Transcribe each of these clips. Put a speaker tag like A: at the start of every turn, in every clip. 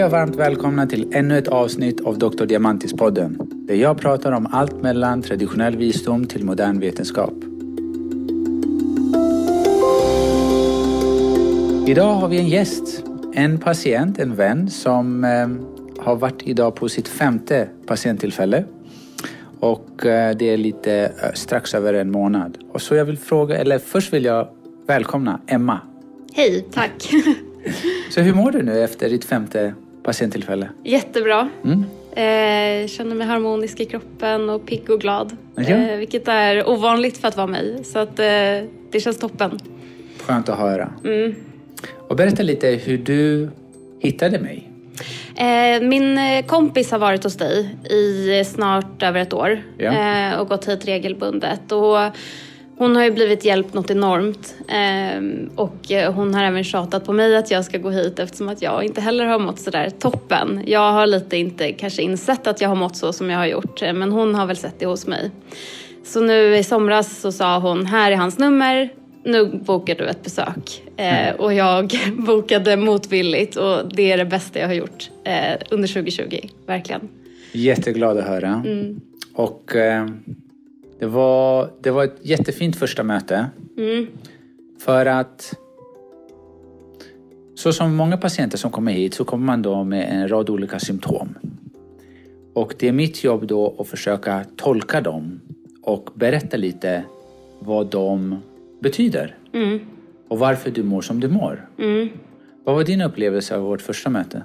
A: och varmt välkomna till ännu ett avsnitt av Dr. Diamantis-podden. Där jag pratar om allt mellan traditionell visdom till modern vetenskap. Idag har vi en gäst, en patient, en vän som har varit idag på sitt 5:e patienttillfälle. Och det är lite strax över en månad. Och så jag vill först vill jag välkomna Emma.
B: Hej, tack.
A: Så hur mår du nu efter ditt 5:e patienttillfälle?
B: Jättebra. Känner mig harmonisk i kroppen och pigg och glad.
A: Ja.
B: Vilket är ovanligt för att vara mig. Så att, det känns toppen.
A: Skönt att höra. Och berätta lite hur du hittade mig.
B: Min kompis har varit hos dig i snart över ett år.
A: Ja.
B: Och gått hit regelbundet. Och hon har ju blivit hjälpt något enormt. Och hon har även tjatat på mig att jag ska gå hit eftersom att jag inte heller har mått sådär toppen. Jag har lite inte kanske insett att jag har mått så som jag har gjort. Men hon har väl sett det hos mig. Så nu i somras så sa hon, här är hans nummer. Nu bokar du ett besök. Och jag bokade motvilligt. Och det är det bästa jag har gjort under 2020. Verkligen.
A: Jätteglad att höra. Och det var ett jättefint första möte. För att så som många patienter som kommer hit så kommer man då med en rad olika symptom. Och det är mitt jobb då att försöka tolka dem. Och berätta lite vad de betyder. Och varför du mår som du mår. Vad var din upplevelse av vårt första möte?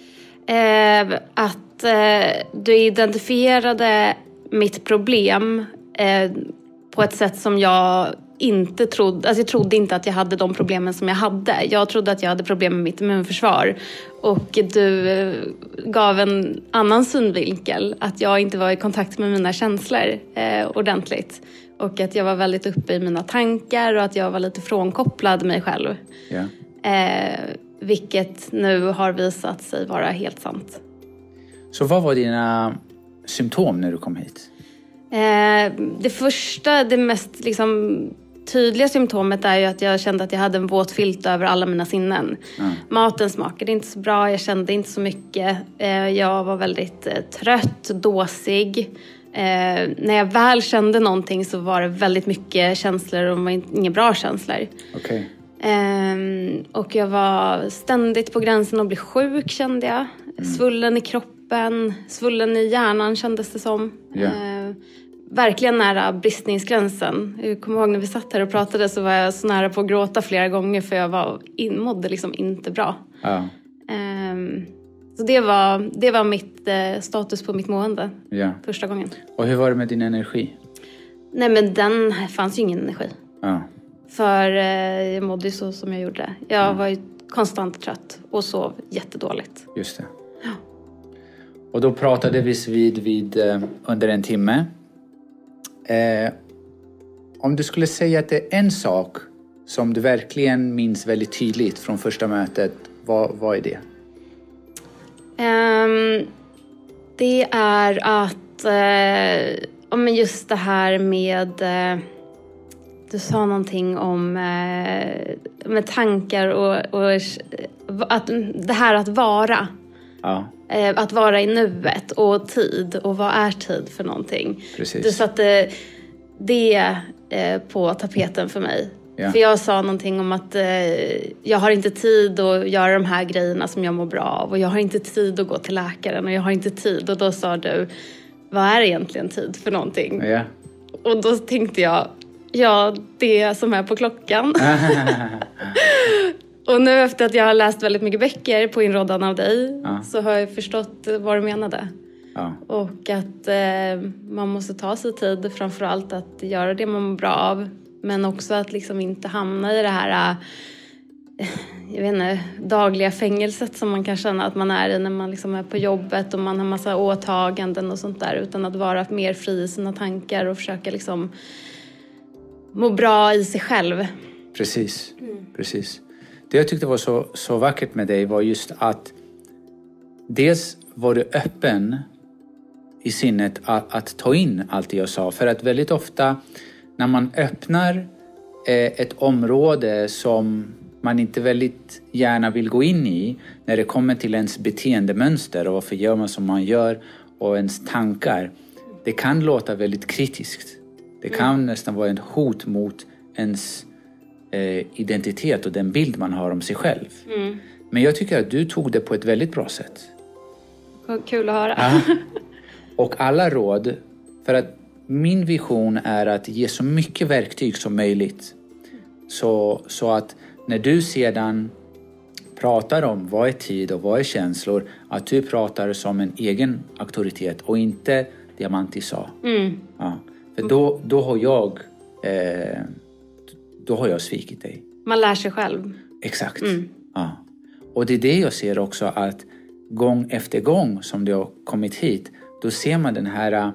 B: Att du identifierade mitt problem på ett sätt som jag inte trodde. Alltså jag trodde inte att jag hade de problemen som jag hade. Jag trodde att jag hade problem med mitt immunförsvar. Och du gav en annan synvinkel. Att jag inte var i kontakt med mina känslor ordentligt. Och att jag var väldigt uppe i mina tankar och att jag var lite frånkopplad mig själv.
A: Ja.
B: Vilket nu har visat sig vara helt sant.
A: Så vad var dina symptom när du kom hit?
B: Det mest liksom tydliga symptomet är ju att jag kände att jag hade en våt filt över alla mina sinnen. Maten smakade inte så bra, jag kände inte så mycket. Jag var väldigt trött, dåsig. När jag väl kände någonting så var det väldigt mycket känslor och det var inga bra känslor.
A: Okay.
B: Och jag var ständigt på gränsen att bli sjuk, kände jag. Svullen i kroppen, svullen i hjärnan kändes det som. Verkligen nära bristningsgränsen. Jag kommer ihåg när vi satt här och pratade så var jag så nära på att gråta flera gånger för jag mådde liksom inte bra. Så det var mitt status på mitt mående första gången.
A: Och hur var det med din energi?
B: Nej, men den fanns ju ingen energi. För jag mådde ju så som jag gjorde. Jag var ju konstant trött och sov jättedåligt.
A: Just det. Ja. Och då pratade vi vid under en timme. Om du skulle säga att det är en sak som du verkligen minns väldigt tydligt från första mötet, vad är det?
B: Det är att just det här med du sa någonting om med tankar och att det här att vara. Att vara i nuet och tid och vad är tid för någonting.
A: Precis.
B: Du satte det på tapeten för mig. För jag sa någonting om att jag har inte tid att göra de här grejerna som jag mår bra av. Och jag har inte tid att gå till läkaren och jag har inte tid. Och då sa du, vad är egentligen tid för någonting? Och då tänkte jag, det som är på klockan. Och nu efter att jag har läst väldigt mycket böcker på inrådan av dig så har jag förstått vad du menade. Och att man måste ta sig tid, framförallt att göra det man mår bra av. Men också att liksom inte hamna i det här dagliga fängelset som man kan känna att man är i när man liksom är på jobbet och man har massa åtaganden och sånt där. Utan att vara mer fri i sina tankar och försöka liksom må bra i sig själv.
A: Precis. Det jag tyckte var så vackert med dig var just att dels var du öppen i sinnet att ta in allt det jag sa. För att väldigt ofta när man öppnar ett område som man inte väldigt gärna vill gå in i när det kommer till ens beteendemönster och varför gör man som man gör och ens tankar. Det kan låta väldigt kritiskt. Det kan nästan vara ett hot mot ens identitet och den bild man har om sig själv. Men jag tycker att du tog det på ett väldigt bra sätt.
B: Kul att höra.
A: Ja. Och alla råd, för att min vision är att ge så mycket verktyg som möjligt. Så att när du sedan pratar om vad är tid och vad är känslor, att du pratar som en egen auktoritet och inte Diamanti sa. Ja. För då har jag svikit dig.
B: Man lär sig själv.
A: Exakt. Ja. Och det är det jag ser också, att gång efter gång som du har kommit hit, då ser man den här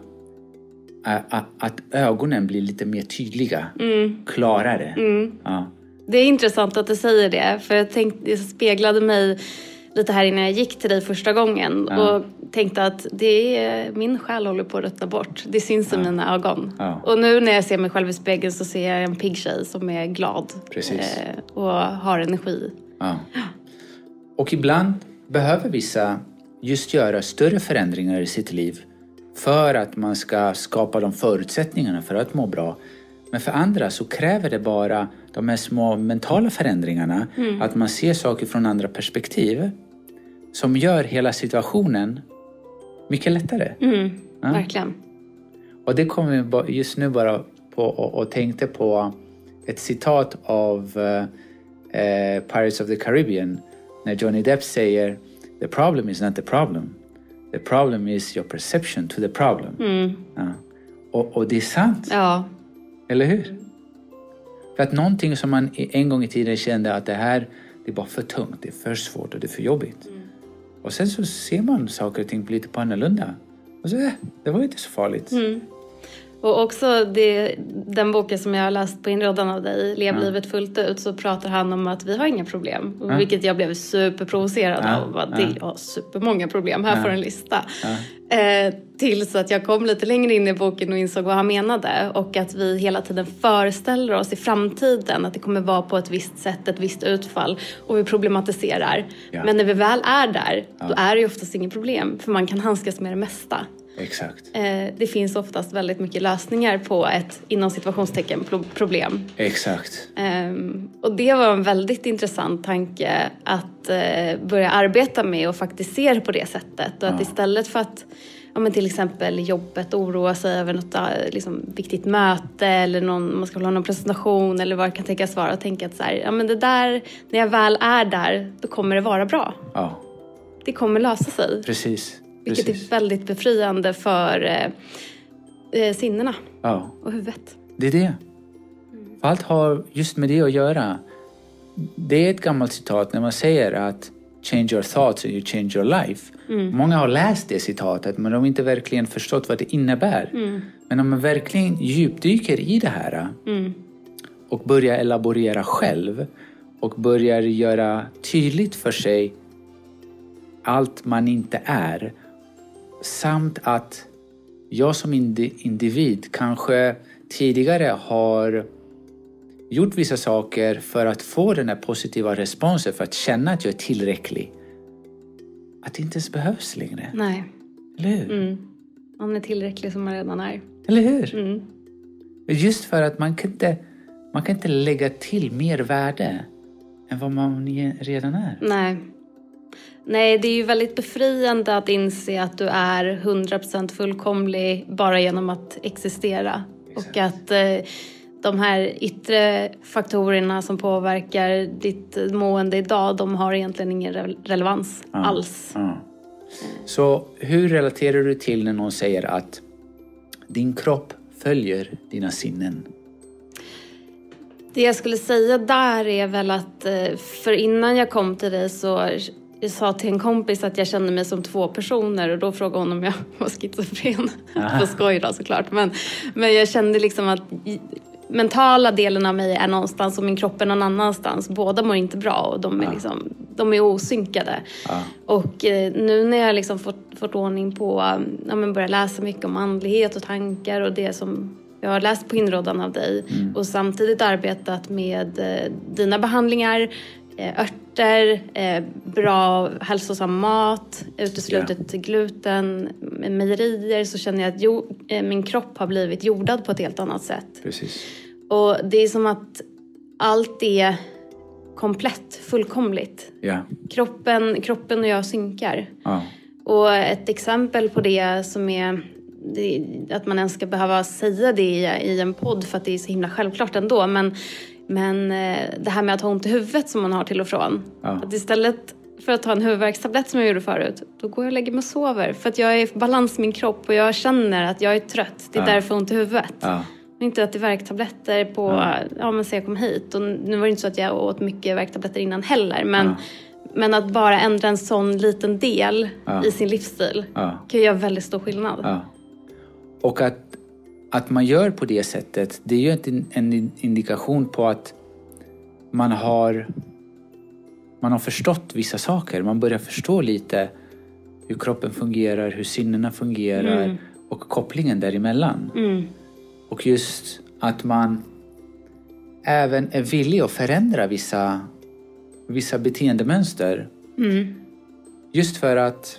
A: att ögonen blir lite mer tydliga, klarare. Ja.
B: Det är intressant att du säger det, för jag speglade mig lite här innan jag gick till dig första gången och tänkte att min själ håller på att ruttna bort. Det syns i mina ögon. Ja. Och nu när jag ser mig själv i spegeln så ser jag en pigg tjej som är glad.
A: Precis.
B: Och har energi.
A: Ja. Och ibland behöver vissa just göra större förändringar i sitt liv för att man ska skapa de förutsättningarna för att må bra. Men för andra så kräver det bara de här små mentala förändringarna. Att man ser saker från andra perspektiv som gör hela situationen mycket lättare.
B: Ja? Verkligen.
A: Och det kommer just nu bara på och tänkte på ett citat av Pirates of the Caribbean när Johnny Depp säger "The problem is not the problem. The problem is your perception to the problem." Ja. Och det är sant.
B: Ja.
A: Eller hur? För att någonting som man en gång i tiden kände att det är bara för tungt, det är för svårt och det är för jobbigt. Och sen så ser man saker och ting lite på annorlunda. Och så det var inte så farligt.
B: Och också den boken som jag har läst på inrådan av dig, Lev livet fullt ut, så pratar han om att vi har inga problem. Vilket jag blev superprovocerad av. Att jag har supermånga problem, här får en lista. Tills att jag kom lite längre in i boken och insåg vad han menade. Och att vi hela tiden föreställer oss i framtiden att det kommer vara på ett visst sätt, ett visst utfall. Och vi problematiserar. Men när vi väl är där, då är det ju oftast inget problem. För man kan handskas med det mesta.
A: Exakt.
B: Det finns oftast väldigt mycket lösningar på ett, inom situationstecken, problem.
A: Exakt.
B: Och det var en väldigt intressant tanke att börja arbeta med och faktiskt se det på det sättet. Och att istället för att till exempel jobbet oroa sig över något viktigt möte eller man ska ha någon presentation eller vad det kan tänkas vara, och tänka att så här, men det där, när jag väl är där, då kommer det vara bra. Ja. Det kommer lösa sig.
A: Precis.
B: Vilket är väldigt befriande för sinnena och huvudet.
A: Det är det. Allt har just med det att göra. Det är ett gammalt citat när man säger att change your thoughts and you change your life. Många har läst det citatet, men de har inte verkligen förstått vad det innebär. Men om man verkligen djupdyker i det här och börjar elaborera själv och börjar göra tydligt för sig allt man inte är, samt att jag som individ kanske tidigare har gjort vissa saker för att få den här positiva responsen, för att känna att jag är tillräcklig. Att det inte ens behövs längre.
B: Nej.
A: Eller hur?
B: Man är tillräcklig som man redan är.
A: Eller hur? Just för att man kan inte lägga till mer värde än vad man redan är.
B: Nej, det är ju väldigt befriande att inse att du är 100% fullkomlig bara genom att existera. Exakt. Och att de här yttre faktorerna som påverkar ditt mående idag, de har egentligen ingen relevans alls.
A: Så hur relaterar du till när någon säger att din kropp följer dina sinnen?
B: Det jag skulle säga där är väl att för innan jag kom till dig så jag sa till en kompis att jag kände mig som 2 personer, och då frågade hon om jag var schizofren. På skoj då såklart. Men jag kände liksom att mentala delen av mig är någonstans och min kropp är någon annanstans. Båda mår inte bra och de är osynkade. Och nu när jag liksom fått ordning på, börja läsa mycket om andlighet och tankar och det som Jag har läst på inrådan av dig och samtidigt arbetat med dina behandlingar, örter, bra hälsosam mat, uteslutet gluten, mejerier, så känner jag att min kropp har blivit jordad på ett helt annat sätt.
A: Precis.
B: Och det är som att allt är komplett, fullkomligt.
A: Ja.
B: Kroppen och jag synkar.
A: Ja.
B: Och ett exempel på det som är att man ens ska behöva säga det i en podd för att det är så himla självklart ändå. Men det här med att ha ont i huvudet som man har till och från. Ja. Att istället för att ta en huvudvärkstablett som jag gjorde förut, då går jag och lägger mig och sover. För att jag är i balans med min kropp och jag känner att jag är trött. Det är därför ont i huvudet. Ja. Inte att det är värktabletter på, men så jag kom hit. Och nu var det inte så att jag åt mycket värktabletter innan heller. Men att bara ändra en sån liten del i sin livsstil kan göra väldigt stor skillnad. Ja.
A: Och att man gör på det sättet, det är ju en indikation på att man har förstått vissa saker. Man börjar förstå lite hur kroppen fungerar, hur sinnena fungerar och kopplingen däremellan. Och just att man även är villig att förändra vissa beteendemönster. Just för att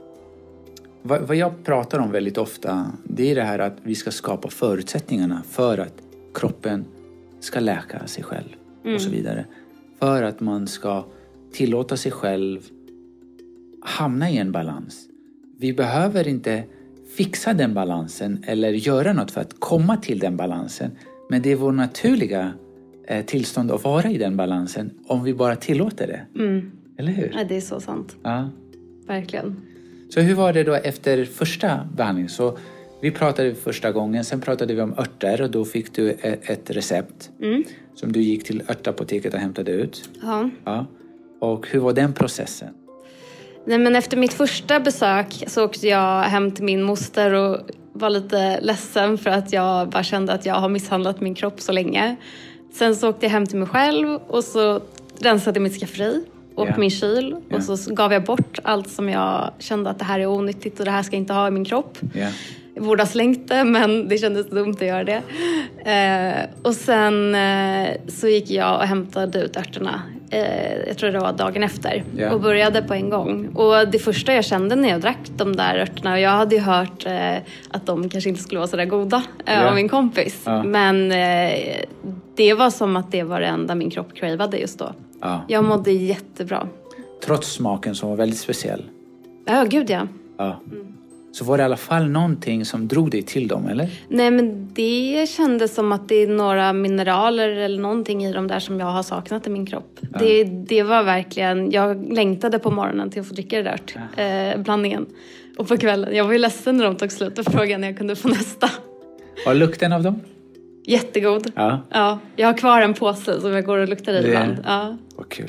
A: vad jag pratar om väldigt ofta, det är det här att vi ska skapa förutsättningarna för att kroppen ska läka sig själv och så vidare. För att man ska tillåta sig själv hamna i en balans. Vi behöver inte fixa den balansen eller göra något för att komma till den balansen. Men det är vår naturliga tillstånd att vara i den balansen om vi bara tillåter det. Eller hur?
B: Ja, det är så sant. Ja. Verkligen.
A: Så hur var det då efter första behandlingen? Så vi pratade första gången, sen pratade vi om örter och då fick du ett recept som du gick till örtapoteket och hämtade ut. Ja. Och hur var den processen?
B: Nej, men efter mitt första besök så åkte jag hem till min moster och var lite ledsen för att jag bara kände att jag har misshandlat min kropp så länge. Sen så åkte jag hem till mig själv och så rensade mitt skafferi och min kyl. Och så gav jag bort allt som jag kände att det här är onyttigt och det här ska jag inte ha i min kropp. Jag borde ha slängt det, men det kändes dumt att göra det. Och sen så gick jag och hämtade ut örterna. Jag tror det var dagen efter. Och började på en gång. Och det första jag kände när jag drack de där örterna. Och jag hade ju hört att de kanske inte skulle vara så där goda av min kompis. Men det var som att det var det enda min kropp cravade just då. Jag mådde jättebra.
A: Trots smaken som var väldigt speciell.
B: Ja, gud ja.
A: Så var det i alla fall någonting som drog dig till dem, eller?
B: Nej, men det kändes som att det är några mineraler eller någonting i dem där som jag har saknat i min kropp. Det var verkligen, jag längtade på morgonen till att få dricka det där blandningen. Och på kvällen, jag var ju ledsen när de tog slut och frågade när jag kunde få nästa.
A: Vad lukten av dem?
B: Jättegod. Ja, jag har kvar en påse som jag går och luktar i ibland. Ja.
A: Vad kul.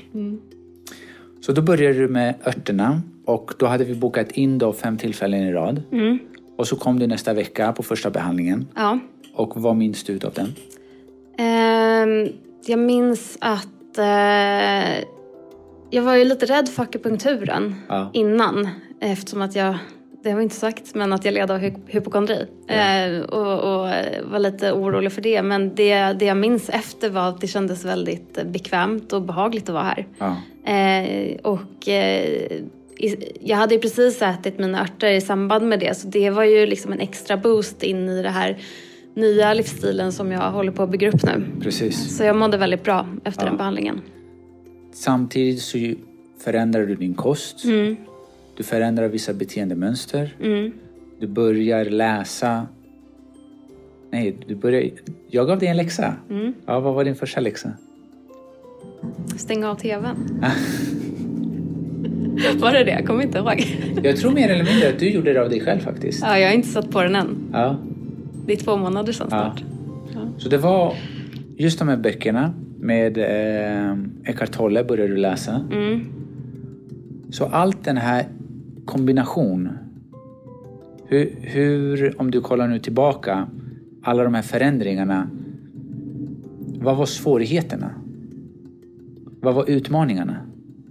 A: Så då började du med örterna. Och då hade vi bokat in 5 tillfällen i rad. Och så kom du nästa vecka på första behandlingen. Ja. Och vad minns du av den?
B: Jag minns att jag var ju lite rädd för akupunkturen innan. Eftersom att det har vi inte sagt, men att jag led av hypokondri. Och var lite orolig för det. Men det jag minns efter var att det kändes väldigt bekvämt och behagligt att vara här. Jag hade ju precis ätit mina örter i samband med det. Så det var ju liksom en extra boost in i det här nya livsstilen som jag håller på att bygga upp nu.
A: Precis.
B: Så jag mådde väldigt bra efter den behandlingen.
A: Samtidigt så förändrar du din kost. Du förändrar vissa beteendemönster. Du börjar läsa. Jag gav dig en läxa. Ja, vad var din första läxa?
B: Stänga av tvn. Var det det? Jag kommer inte ihåg.
A: Jag tror mer eller mindre att du gjorde det av dig själv faktiskt.
B: Ja, jag har inte satt på den än. Det är 2 månader sedan snart.
A: Så det var just de här böckerna med Eckhart Tolle började du läsa. Så allt den här kombination. Hur, om du kollar nu tillbaka, alla de här förändringarna. Vad var svårigheterna? Vad var utmaningarna?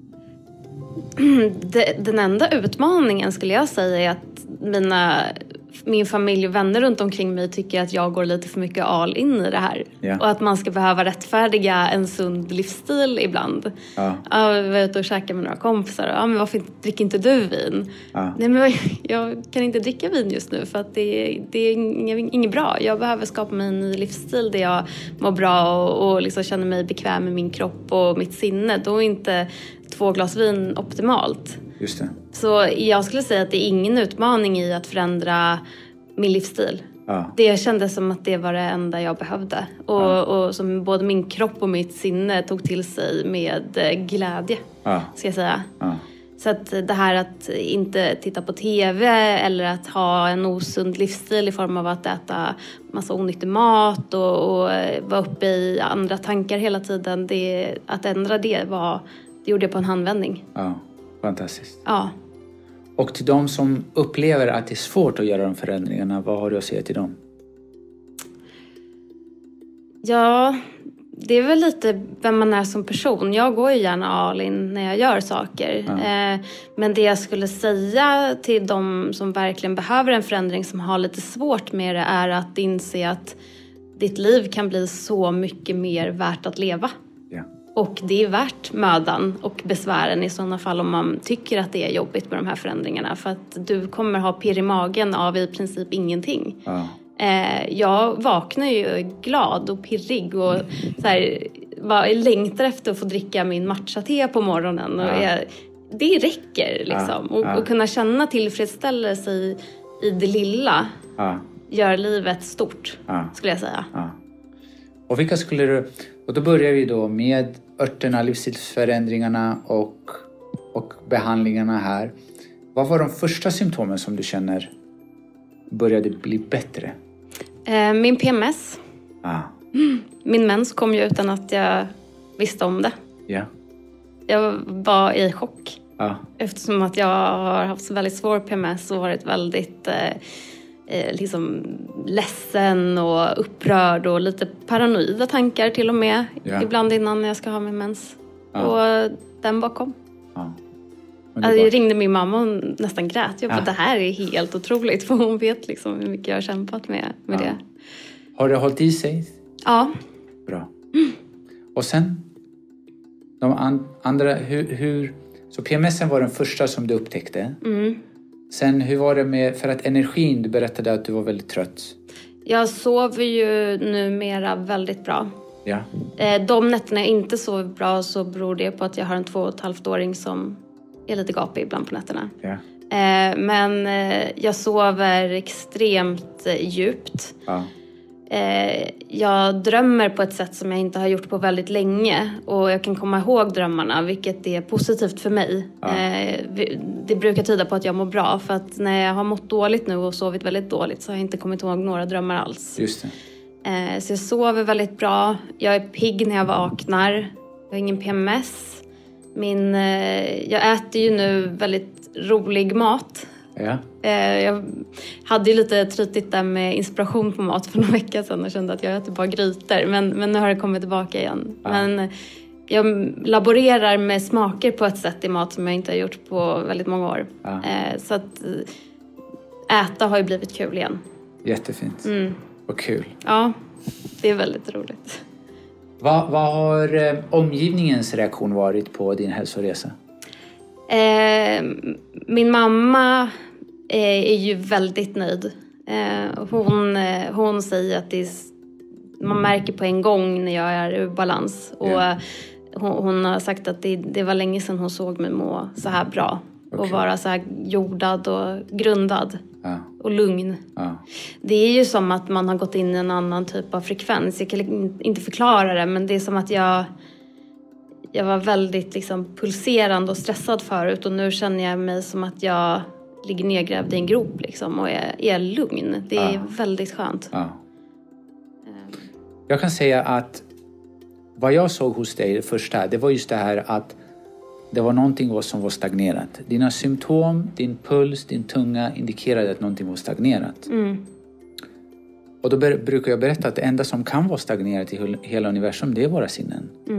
B: Den enda utmaningen skulle jag säga är att mina min familj och vänner runt omkring mig tycker att jag går lite för mycket all in i det här.
A: Ja.
B: Och att man ska behöva rättfärdiga en sund livsstil ibland.
A: Ja.
B: Jag var ute och käkade med några kompisar. Men varför dricker inte du vin?
A: Ja.
B: Nej, men jag kan inte dricka vin just nu för att det är inget bra. Jag behöver skapa mig en ny livsstil där jag mår bra och liksom känner mig bekväm med min kropp och mitt sinne. Då är inte 2 glas vin optimalt.
A: Just det.
B: Så jag skulle säga att det är ingen utmaning i att förändra min livsstil.
A: Ja.
B: Det kändes som att det var det enda jag behövde. Och som både min kropp och mitt sinne tog till sig med glädje, ska jag säga.
A: Ja.
B: Så att det här att inte titta på tv eller att ha en osund livsstil i form av att äta massa onyttig mat och vara uppe i andra tankar hela tiden. Att ändra det gjorde jag på en handvändning.
A: Ja, fantastiskt.
B: Ja.
A: Och till de som upplever att det är svårt att göra de förändringarna, vad har du att säga till dem?
B: Ja, det är väl lite vem man är som person. Jag går ju gärna all in när jag gör saker.
A: Ja.
B: Men det jag skulle säga till de som verkligen behöver en förändring som har lite svårt med det är att inse att ditt liv kan bli så mycket mer värt att leva.
A: Ja.
B: Och det är värt mödan och besvären i sådana fall om man tycker att det är jobbigt med de här förändringarna. För att du kommer ha pirr i magen av i princip ingenting.
A: Ja.
B: Jag vaknar ju glad och pirrig och så här, längtar efter att få dricka min matcha-te på morgonen. Och det räcker liksom. Och kunna känna tillfredsställelse i det lilla gör livet stort, skulle jag säga.
A: Ja. Och vilka skulle du... Och då börjar vi då med örterna, livsstilsförändringarna och behandlingarna här. Vad var de första symptomen som du känner började bli bättre?
B: Min PMS. Min mens kom ju utan att jag visste om det.
A: Ja.
B: Jag var i chock.
A: Ja.
B: Eftersom att jag har haft väldigt svår PMS och varit väldigt liksom ledsen och upprörd och lite paranoida tankar till och med.
A: Ja.
B: Ibland innan jag ska ha min mens. Och den bakom.
A: Ja.
B: Jag ringde min mamma och nästan grät. Jag bara, det här är helt otroligt. För hon vet liksom hur mycket jag har kämpat med det.
A: Har det hållit i sig?
B: Ja.
A: Bra. Och sen? De andra, hur... Så PMSen var den första som du upptäckte. Sen hur var det med... För att energin, du berättade att du var väldigt trött.
B: Jag sover ju numera väldigt bra.
A: Ja.
B: De nätterna jag inte sover bra så beror det på att jag har en 2,5-åring som är lite gapig ibland på nätterna.
A: Ja.
B: Men jag sover extremt djupt.
A: Ja.
B: Jag drömmer på ett sätt som jag inte har gjort på väldigt länge. Och jag kan komma ihåg drömmarna, vilket är positivt för mig.
A: Ja.
B: Det brukar tyda på att jag mår bra. För att när jag har mått dåligt nu och sovit väldigt dåligt så har jag inte kommit ihåg några drömmar alls.
A: Just det.
B: Så jag sover väldigt bra. Jag är pigg när jag vaknar. Jag har ingen PMS. Jag äter ju nu väldigt rolig mat.
A: Ja.
B: Jag hade ju lite tritigt där med inspiration på mat för några veckor sedan och kände att jag äter bara grytor. Men nu har det kommit tillbaka igen. Ja. Men jag laborerar med smaker på ett sätt i mat som jag inte har gjort på väldigt många år. Ja. Så att äta har ju blivit kul igen.
A: Jättefint. Och kul.
B: Ja, det är väldigt roligt.
A: Vad har omgivningens reaktion varit på din hälsoresa?
B: Min mamma är ju väldigt nöjd. Hon säger att man märker på en gång när jag är ur balans. Och hon har sagt att det var länge sedan hon såg mig må så här bra. Okay. Och vara så här jordad och grundad. Ja. Och lugn. Ja. Det är ju som att man har gått in i en annan typ av frekvens. Jag kan inte förklara det, men det är som att jag var väldigt liksom pulserande och stressad förut. Och nu känner jag mig som att jag ligger nedgrävd i en grop liksom, och är lugn. Det är väldigt skönt. Ja.
A: Jag kan säga att vad jag såg hos dig första, det var just det här att det var någonting som var stagnerat. Dina symptom, din puls, din tunga indikerade att någonting var stagnerat. Och då brukar jag berätta att det enda som kan vara stagnerat i hela universum, det är våra sinnen.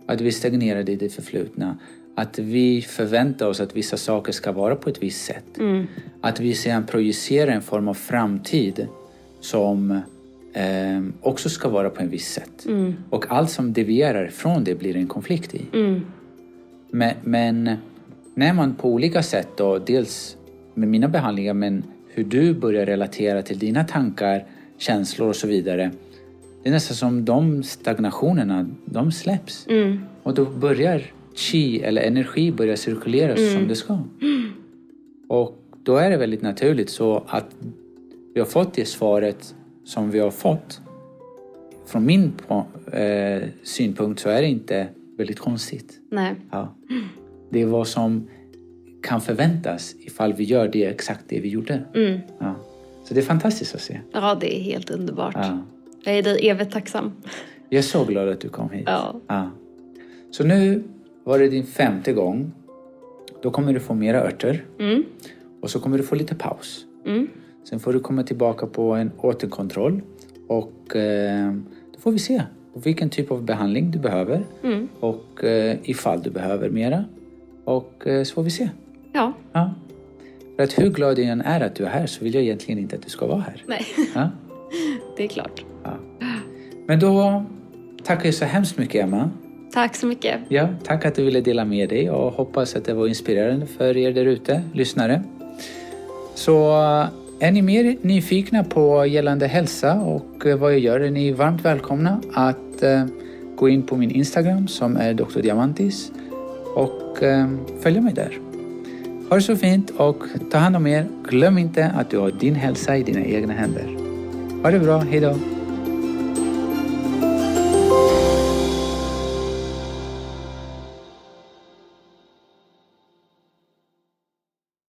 A: Att vi stagnerade i det förflutna. Att vi förväntar oss att vissa saker ska vara på ett visst sätt. Att vi sedan projicerar en form av framtid som också ska vara på en viss sätt. Och allt som devierar från det blir en konflikt i. Men när man på olika sätt då, dels med mina behandlingar, men hur du börjar relatera till dina tankar, känslor och så vidare. Det är nästan som de stagnationerna, de släpps. Och då börjar chi eller energi börjar cirkulera som det ska. Och då är det väldigt naturligt så att vi har fått det svaret som vi har fått. Från min synpunkt så är det inte väldigt konstigt.
B: Nej.
A: Ja. Det är vad som kan förväntas ifall vi gör det exakt det vi gjorde. Ja. Så det är fantastiskt att se.
B: Ja, det är helt underbart.
A: Ja.
B: Jag är dig evigt tacksam.
A: Jag är så glad att du kom hit.
B: Ja.
A: Ja. Så nu var det din 5:e gång. Då kommer du få mera örter. Och så kommer du få lite paus. Sen får du komma tillbaka på en återkontroll. Och då får vi se vilken typ av behandling du behöver. Och ifall du behöver mera. Och så får vi se.
B: Ja.
A: Ja. För att hur glad jag än är att du är här så vill jag egentligen inte att du ska vara här.
B: Nej,
A: Ja.
B: det är klart.
A: Ja. Men då tackar jag så hemskt mycket, Emma.
B: Tack så mycket.
A: Ja, tack att du ville dela med dig och hoppas att det var inspirerande för er där ute, lyssnare. Så är ni mer nyfikna på gällande hälsa och vad jag gör är ni varmt välkomna att gå in på min Instagram som är Dr. Diamantis och följa mig där. Ha det så fint och ta hand om er. Glöm inte att du har din hälsa i dina egna händer. Ha det bra, hej då!